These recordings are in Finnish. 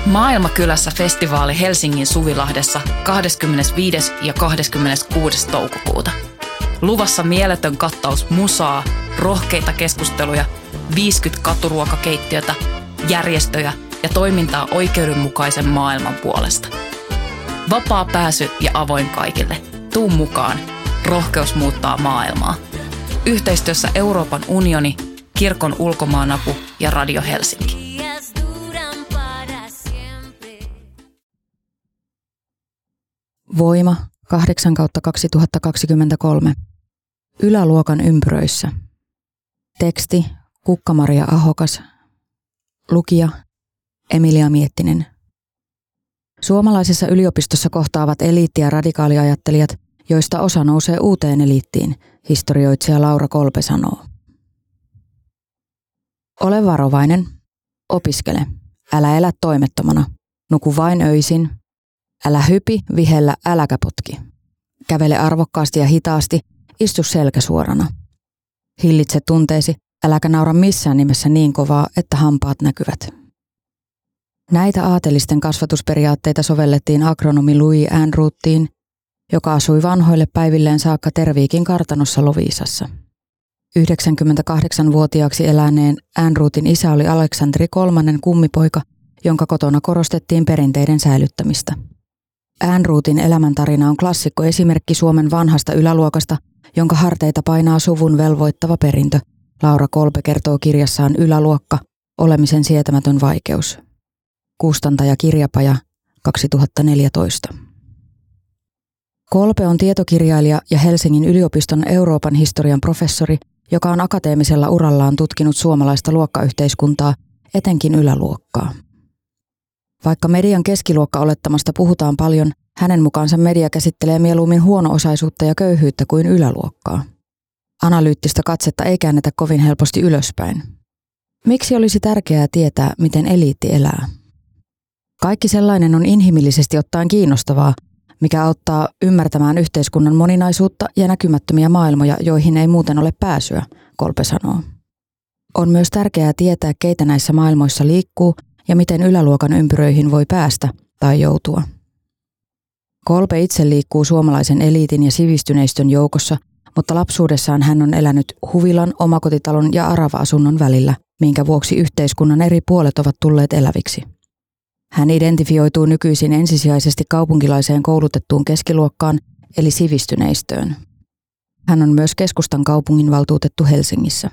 Maailmakylässä festivaali Helsingin Suvilahdessa 25. ja 26. toukokuuta. Luvassa mieletön kattaus musaa, rohkeita keskusteluja, 50 katuruokakeittiötä, järjestöjä ja toimintaa oikeudenmukaisen maailman puolesta. Vapaa pääsy ja avoin kaikille. Tuu mukaan. Rohkeus muuttaa maailmaa. Yhteistyössä Euroopan unioni, Kirkon ulkomaanapu ja Radio Helsinki. Voima 8/2023. Yläluokan ympyröissä. Teksti Kukka-Maria Ahokas. Lukija Emilia Miettinen. Suomalaisessa yliopistossa kohtaavat eliitti- ja radikaaliajattelijat, joista osa nousee uuteen eliittiin, historioitsija Laura Kolpe sanoo. Ole varovainen. Opiskele. Älä elä toimettomana. Nuku vain öisin. Älä hypi, vihellä, äläkä potki. Kävele arvokkaasti ja hitaasti, istu selkä suorana. Hillitse tunteesi, äläkä naura missään nimessä niin kovaa, että hampaat näkyvät. Näitä aatelisten kasvatusperiaatteita sovellettiin agronomi Louis Ehrnroothiin, joka asui vanhoille päivilleen saakka Terviikin kartanossa Loviisassa. 98-vuotiaaksi eläneen Ehrnroothin isä oli Aleksanteri III kummipoika, jonka kotona korostettiin perinteiden säilyttämistä. Ehrnroothin elämäntarina on klassikko esimerkki Suomen vanhasta yläluokasta, jonka harteita painaa suvun velvoittava perintö. Laura Kolpe kertoo kirjassaan Yläluokka, olemisen sietämätön vaikeus. Kustantaja Kirjapaja, 2014. Kolpe on tietokirjailija ja Helsingin yliopiston Euroopan historian professori, joka on akateemisella urallaan tutkinut suomalaista luokkayhteiskuntaa, etenkin yläluokkaa. Vaikka median keskiluokkaolettamasta puhutaan paljon, hänen mukaansa media käsittelee mieluummin huono-osaisuutta ja köyhyyttä kuin yläluokkaa. Analyyttistä katsetta ei käännetä kovin helposti ylöspäin. Miksi olisi tärkeää tietää, miten eliitti elää? Kaikki sellainen on inhimillisesti ottaen kiinnostavaa, mikä auttaa ymmärtämään yhteiskunnan moninaisuutta ja näkymättömiä maailmoja, joihin ei muuten ole pääsyä, Kolpe sanoo. On myös tärkeää tietää, keitä näissä maailmoissa liikkuu ja miten yläluokan ympyröihin voi päästä tai joutua. Kolpe itse liikkuu suomalaisen eliitin ja sivistyneistön joukossa, mutta lapsuudessaan hän on elänyt huvilan, omakotitalon ja arava-asunnon välillä, minkä vuoksi yhteiskunnan eri puolet ovat tulleet eläviksi. Hän identifioituu nykyisin ensisijaisesti kaupunkilaiseen koulutettuun keskiluokkaan, eli sivistyneistöön. Hän on myös keskustan kaupunginvaltuutettu Helsingissä.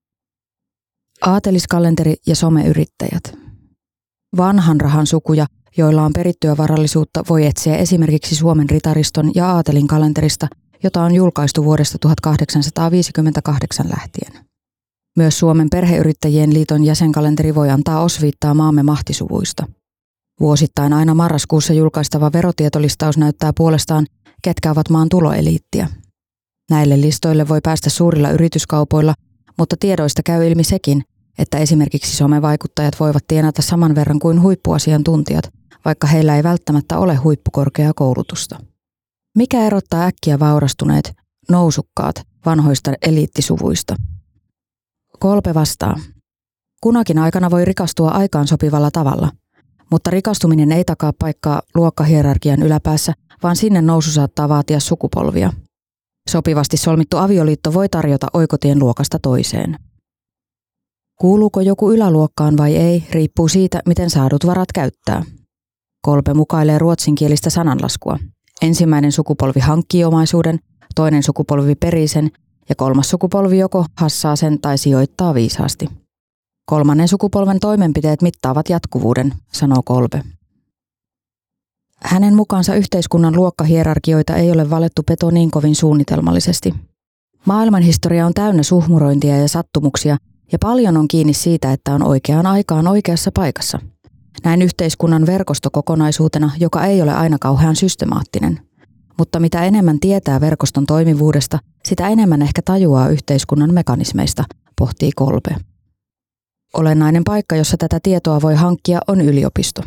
Aateliskalenteri ja someyrittäjät. Vanhan rahan sukuja, joilla on perittyä varallisuutta, voi etsiä esimerkiksi Suomen ritariston ja aatelin kalenterista, jota on julkaistu vuodesta 1858 lähtien. Myös Suomen perheyrittäjien liiton jäsenkalenteri voi antaa osviittaa maamme mahtisuvuista. Vuosittain aina marraskuussa julkaistava verotietolistaus näyttää puolestaan, ketkä ovat maan tuloeliittiä. Näille listoille voi päästä suurilla yrityskaupoilla, mutta tiedoista käy ilmi sekin, että esimerkiksi somevaikuttajat voivat tienata saman verran kuin huippuasiantuntijat, vaikka heillä ei välttämättä ole huippukorkeaa koulutusta. Mikä erottaa äkkiä vaurastuneet, nousukkaat, vanhoista eliittisuvuista? Kolpe vastaa. Kunakin aikana voi rikastua aikaan sopivalla tavalla, mutta rikastuminen ei takaa paikkaa luokkahierarkian yläpäässä, vaan sinne nousu saattaa vaatia sukupolvia. Sopivasti solmittu avioliitto voi tarjota oikotien luokasta toiseen. Kuuluuko joku yläluokkaan vai ei, riippuu siitä, miten saadut varat käyttää. Kolpe mukailee ruotsinkielistä sananlaskua. Ensimmäinen sukupolvi hankkii omaisuuden, toinen sukupolvi perii sen ja kolmas sukupolvi joko hassaa sen tai sijoittaa viisaasti. Kolmannen sukupolven toimenpiteet mittaavat jatkuvuuden, sanoo Kolpe. Hänen mukaansa yhteiskunnan luokkahierarkioita ei ole valettu betoniin kovin suunnitelmallisesti. Maailmanhistoria on täynnä suhmurointia ja sattumuksia, ja paljon on kiinni siitä, että on oikeaan aikaan oikeassa paikassa. Näin yhteiskunnan verkosto kokonaisuutena, joka ei ole aina kauhean systemaattinen. Mutta mitä enemmän tietää verkoston toimivuudesta, sitä enemmän ehkä tajuaa yhteiskunnan mekanismeista, pohtii Kolpe. Olennainen paikka, jossa tätä tietoa voi hankkia, on yliopisto.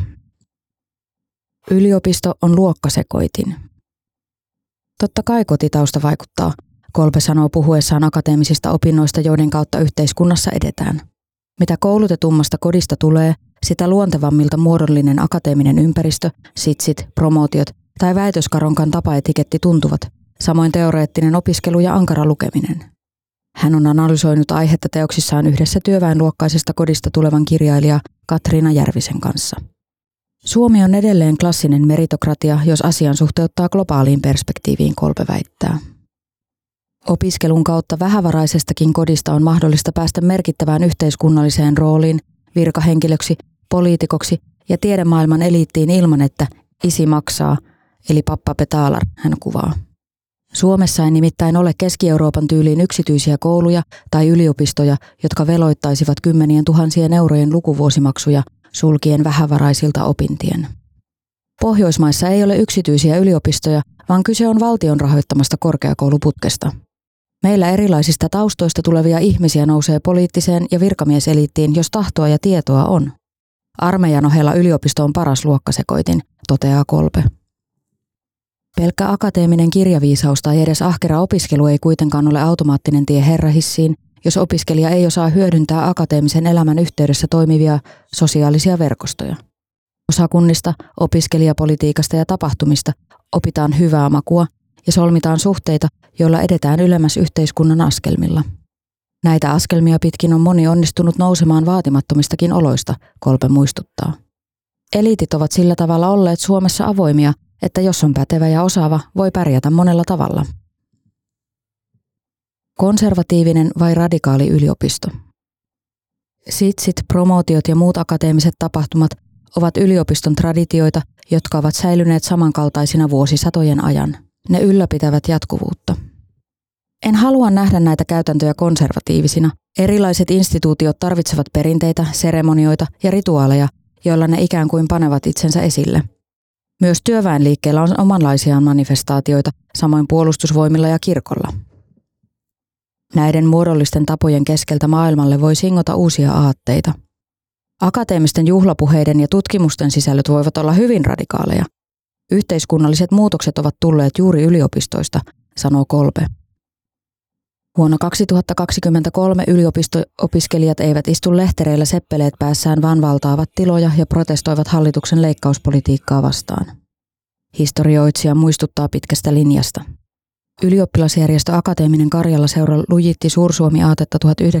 Yliopisto on luokkasekoitin. Totta kai kotitausta vaikuttaa, Kolpe sanoo puhuessaan akateemisista opinnoista, joiden kautta yhteiskunnassa edetään. Mitä koulutetummasta kodista tulee, sitä luontevammilta muodollinen akateeminen ympäristö, sitsit, promootiot tai väitöskaronkan tapaetiketti tuntuvat, samoin teoreettinen opiskelu ja ankara lukeminen. Hän on analysoinut aihetta teoksissaan yhdessä työväenluokkaisesta kodista tulevan kirjailija Katriina Järvisen kanssa. Suomi on edelleen klassinen meritokratia, jos asian suhteuttaa globaaliin perspektiiviin, Kolbe väittää. Opiskelun kautta vähävaraisestakin kodista on mahdollista päästä merkittävään yhteiskunnalliseen rooliin, virkahenkilöksi, poliitikoksi ja tiedemaailman eliittiin ilman, että isi maksaa, eli pappa betalar, hän kuvaa. Suomessa ei nimittäin ole Keski-Euroopan tyyliin yksityisiä kouluja tai yliopistoja, jotka veloittaisivat 10 000 eurojen lukuvuosimaksuja sulkien vähävaraisilta opintien. Pohjoismaissa ei ole yksityisiä yliopistoja, vaan kyse on valtion rahoittamasta korkeakouluputkesta. Meillä erilaisista taustoista tulevia ihmisiä nousee poliittiseen ja virkamieseliittiin, jos tahtoa ja tietoa on. Armeijan ohella yliopisto on paras luokkasekoitin, toteaa Kolbe. Pelkkä akateeminen kirjaviisaus tai edes ahkera opiskelu ei kuitenkaan ole automaattinen tie herrahissiin, jos opiskelija ei osaa hyödyntää akateemisen elämän yhteydessä toimivia sosiaalisia verkostoja. Osakunnista, opiskelijapolitiikasta ja tapahtumista opitaan hyvää makua ja solmitaan suhteita, joilla edetään ylemmäs yhteiskunnan askelmilla. Näitä askelmia pitkin on moni onnistunut nousemaan vaatimattomistakin oloista, Kolbe muistuttaa. Eliitit ovat sillä tavalla olleet Suomessa avoimia, että jos on pätevä ja osaava, voi pärjätä monella tavalla. Konservatiivinen vai radikaali yliopisto? Sitsit, promootiot ja muut akateemiset tapahtumat ovat yliopiston traditioita, jotka ovat säilyneet samankaltaisina vuosisatojen ajan. Ne ylläpitävät jatkuvuutta. En halua nähdä näitä käytäntöjä konservatiivisina. Erilaiset instituutiot tarvitsevat perinteitä, seremonioita ja rituaaleja, joilla ne ikään kuin panevat itsensä esille. Myös työväenliikkeellä on omanlaisiaan manifestaatioita, samoin puolustusvoimilla ja kirkolla. Näiden muodollisten tapojen keskeltä maailmalle voi singota uusia aatteita. Akateemisten juhlapuheiden ja tutkimusten sisällöt voivat olla hyvin radikaaleja. Yhteiskunnalliset muutokset ovat tulleet juuri yliopistoista, sanoo Kolbe. Vuonna 2023 yliopisto-opiskelijat eivät istu lehtereillä seppeleet päässään, vaan valtaavat tiloja ja protestoivat hallituksen leikkauspolitiikkaa vastaan. Historioitsija muistuttaa pitkästä linjasta. Ylioppilasjärjestö Akateeminen Karjala-seura lujitti Suursuomi-aatetta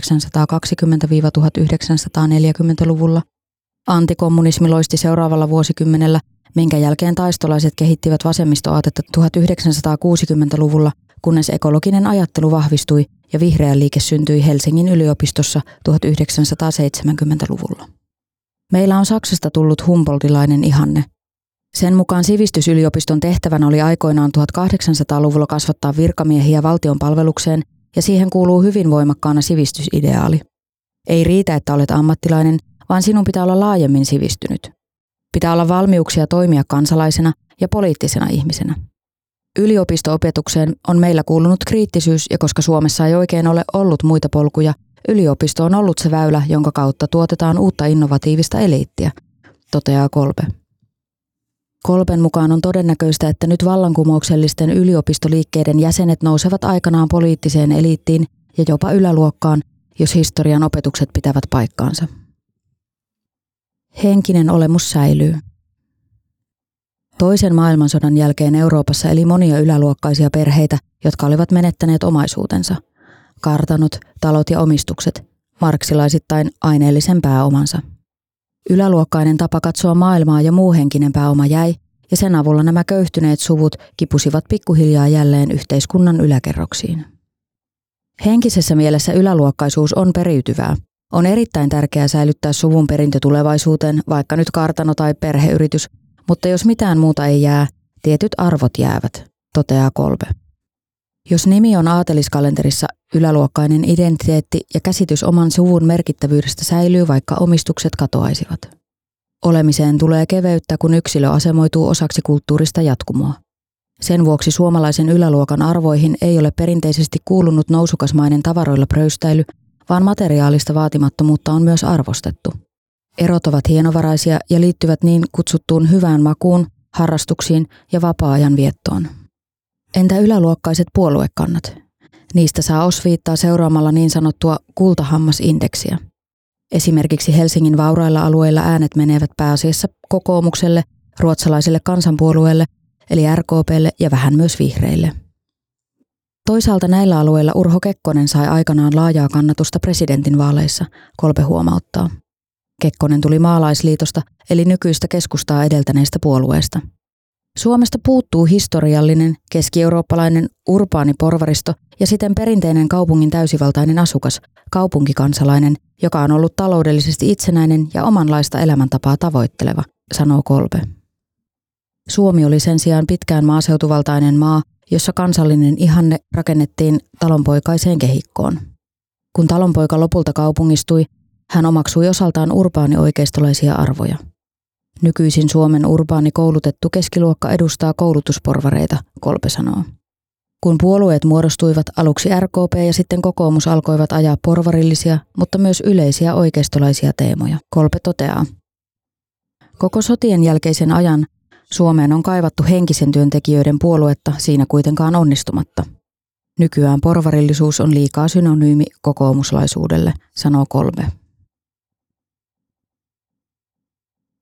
1920–1940-luvulla. Antikommunismi loisti seuraavalla vuosikymmenellä, minkä jälkeen taistolaiset kehittivät vasemmistoaatetta 1960-luvulla, kunnes ekologinen ajattelu vahvistui ja vihreä liike syntyi Helsingin yliopistossa 1970-luvulla. Meillä on Saksasta tullut humboldtilainen ihanne. Sen mukaan sivistysyliopiston tehtävänä oli aikoinaan 1800-luvulla kasvattaa virkamiehiä valtion palvelukseen, ja siihen kuuluu hyvin voimakkaana sivistysideaali. Ei riitä, että olet ammattilainen, vaan sinun pitää olla laajemmin sivistynyt. Pitää olla valmiuksia toimia kansalaisena ja poliittisena ihmisenä. Yliopisto-opetukseen on meillä kuulunut kriittisyys, ja koska Suomessa ei oikein ole ollut muita polkuja, yliopisto on ollut se väylä, jonka kautta tuotetaan uutta innovatiivista eliittiä, toteaa Kolbe. Kolben mukaan on todennäköistä, että nyt vallankumouksellisten yliopistoliikkeiden jäsenet nousevat aikanaan poliittiseen eliittiin ja jopa yläluokkaan, jos historian opetukset pitävät paikkaansa. Henkinen olemus säilyy. Toisen maailmansodan jälkeen Euroopassa eli monia yläluokkaisia perheitä, jotka olivat menettäneet omaisuutensa. Kartanot, talot ja omistukset, marksilaisittain aineellisen pääomansa. Yläluokkainen tapa katsoa maailmaa ja muu henkinen pääoma jäi, ja sen avulla nämä köyhtyneet suvut kipusivat pikkuhiljaa jälleen yhteiskunnan yläkerroksiin. Henkisessä mielessä yläluokkaisuus on periytyvää. On erittäin tärkeää säilyttää suvun perintö tulevaisuuteen, vaikka nyt kartano tai perheyritys, mutta jos mitään muuta ei jää, tietyt arvot jäävät, toteaa Kolbe. Jos nimi on aateliskalenterissa, yläluokkainen identiteetti ja käsitys oman suvun merkittävyydestä säilyy, vaikka omistukset katoaisivat. Olemiseen tulee keveyttä, kun yksilö asemoituu osaksi kulttuurista jatkumoa. Sen vuoksi suomalaisen yläluokan arvoihin ei ole perinteisesti kuulunut nousukasmainen tavaroilla pröystäily, vaan materiaalista vaatimattomuutta on myös arvostettu. Erot ovat hienovaraisia ja liittyvät niin kutsuttuun hyvään makuun, harrastuksiin ja vapaa-ajan viettoon. Entä yläluokkaiset puoluekannat? Niistä saa osviittaa seuraamalla niin sanottua kultahammasindeksiä. Esimerkiksi Helsingin vaurailla alueilla äänet menevät pääasiassa kokoomukselle, ruotsalaiselle kansanpuolueelle, eli RKP:lle ja vähän myös vihreille. Toisaalta näillä alueilla Urho Kekkonen sai aikanaan laajaa kannatusta presidentinvaaleissa, Kolbe huomauttaa. Kekkonen tuli Maalaisliitosta, eli nykyistä keskustaa edeltäneestä puolueesta. Suomesta puuttuu historiallinen, keski-eurooppalainen urbaani porvaristo ja siten perinteinen kaupungin täysivaltainen asukas, kaupunkikansalainen, joka on ollut taloudellisesti itsenäinen ja omanlaista elämäntapaa tavoitteleva, sanoo Kolbe. Suomi oli sen sijaan pitkään maaseutuvaltainen maa, jossa kansallinen ihanne rakennettiin talonpoikaiseen kehikkoon. Kun talonpoika lopulta kaupungistui, hän omaksui osaltaan urbaanioikeistolaisia arvoja. Nykyisin Suomen urbaani koulutettu keskiluokka edustaa koulutusporvareita, Kolbe sanoo. Kun puolueet muodostuivat, aluksi RKP ja sitten kokoomus alkoivat ajaa porvarillisia, mutta myös yleisiä oikeistolaisia teemoja, Kolbe toteaa. Koko sotien jälkeisen ajan Suomeen on kaivattu henkisen työntekijöiden puoluetta siinä kuitenkaan onnistumatta. Nykyään porvarillisuus on liikaa synonyymi kokoomuslaisuudelle, sanoo Kolbe.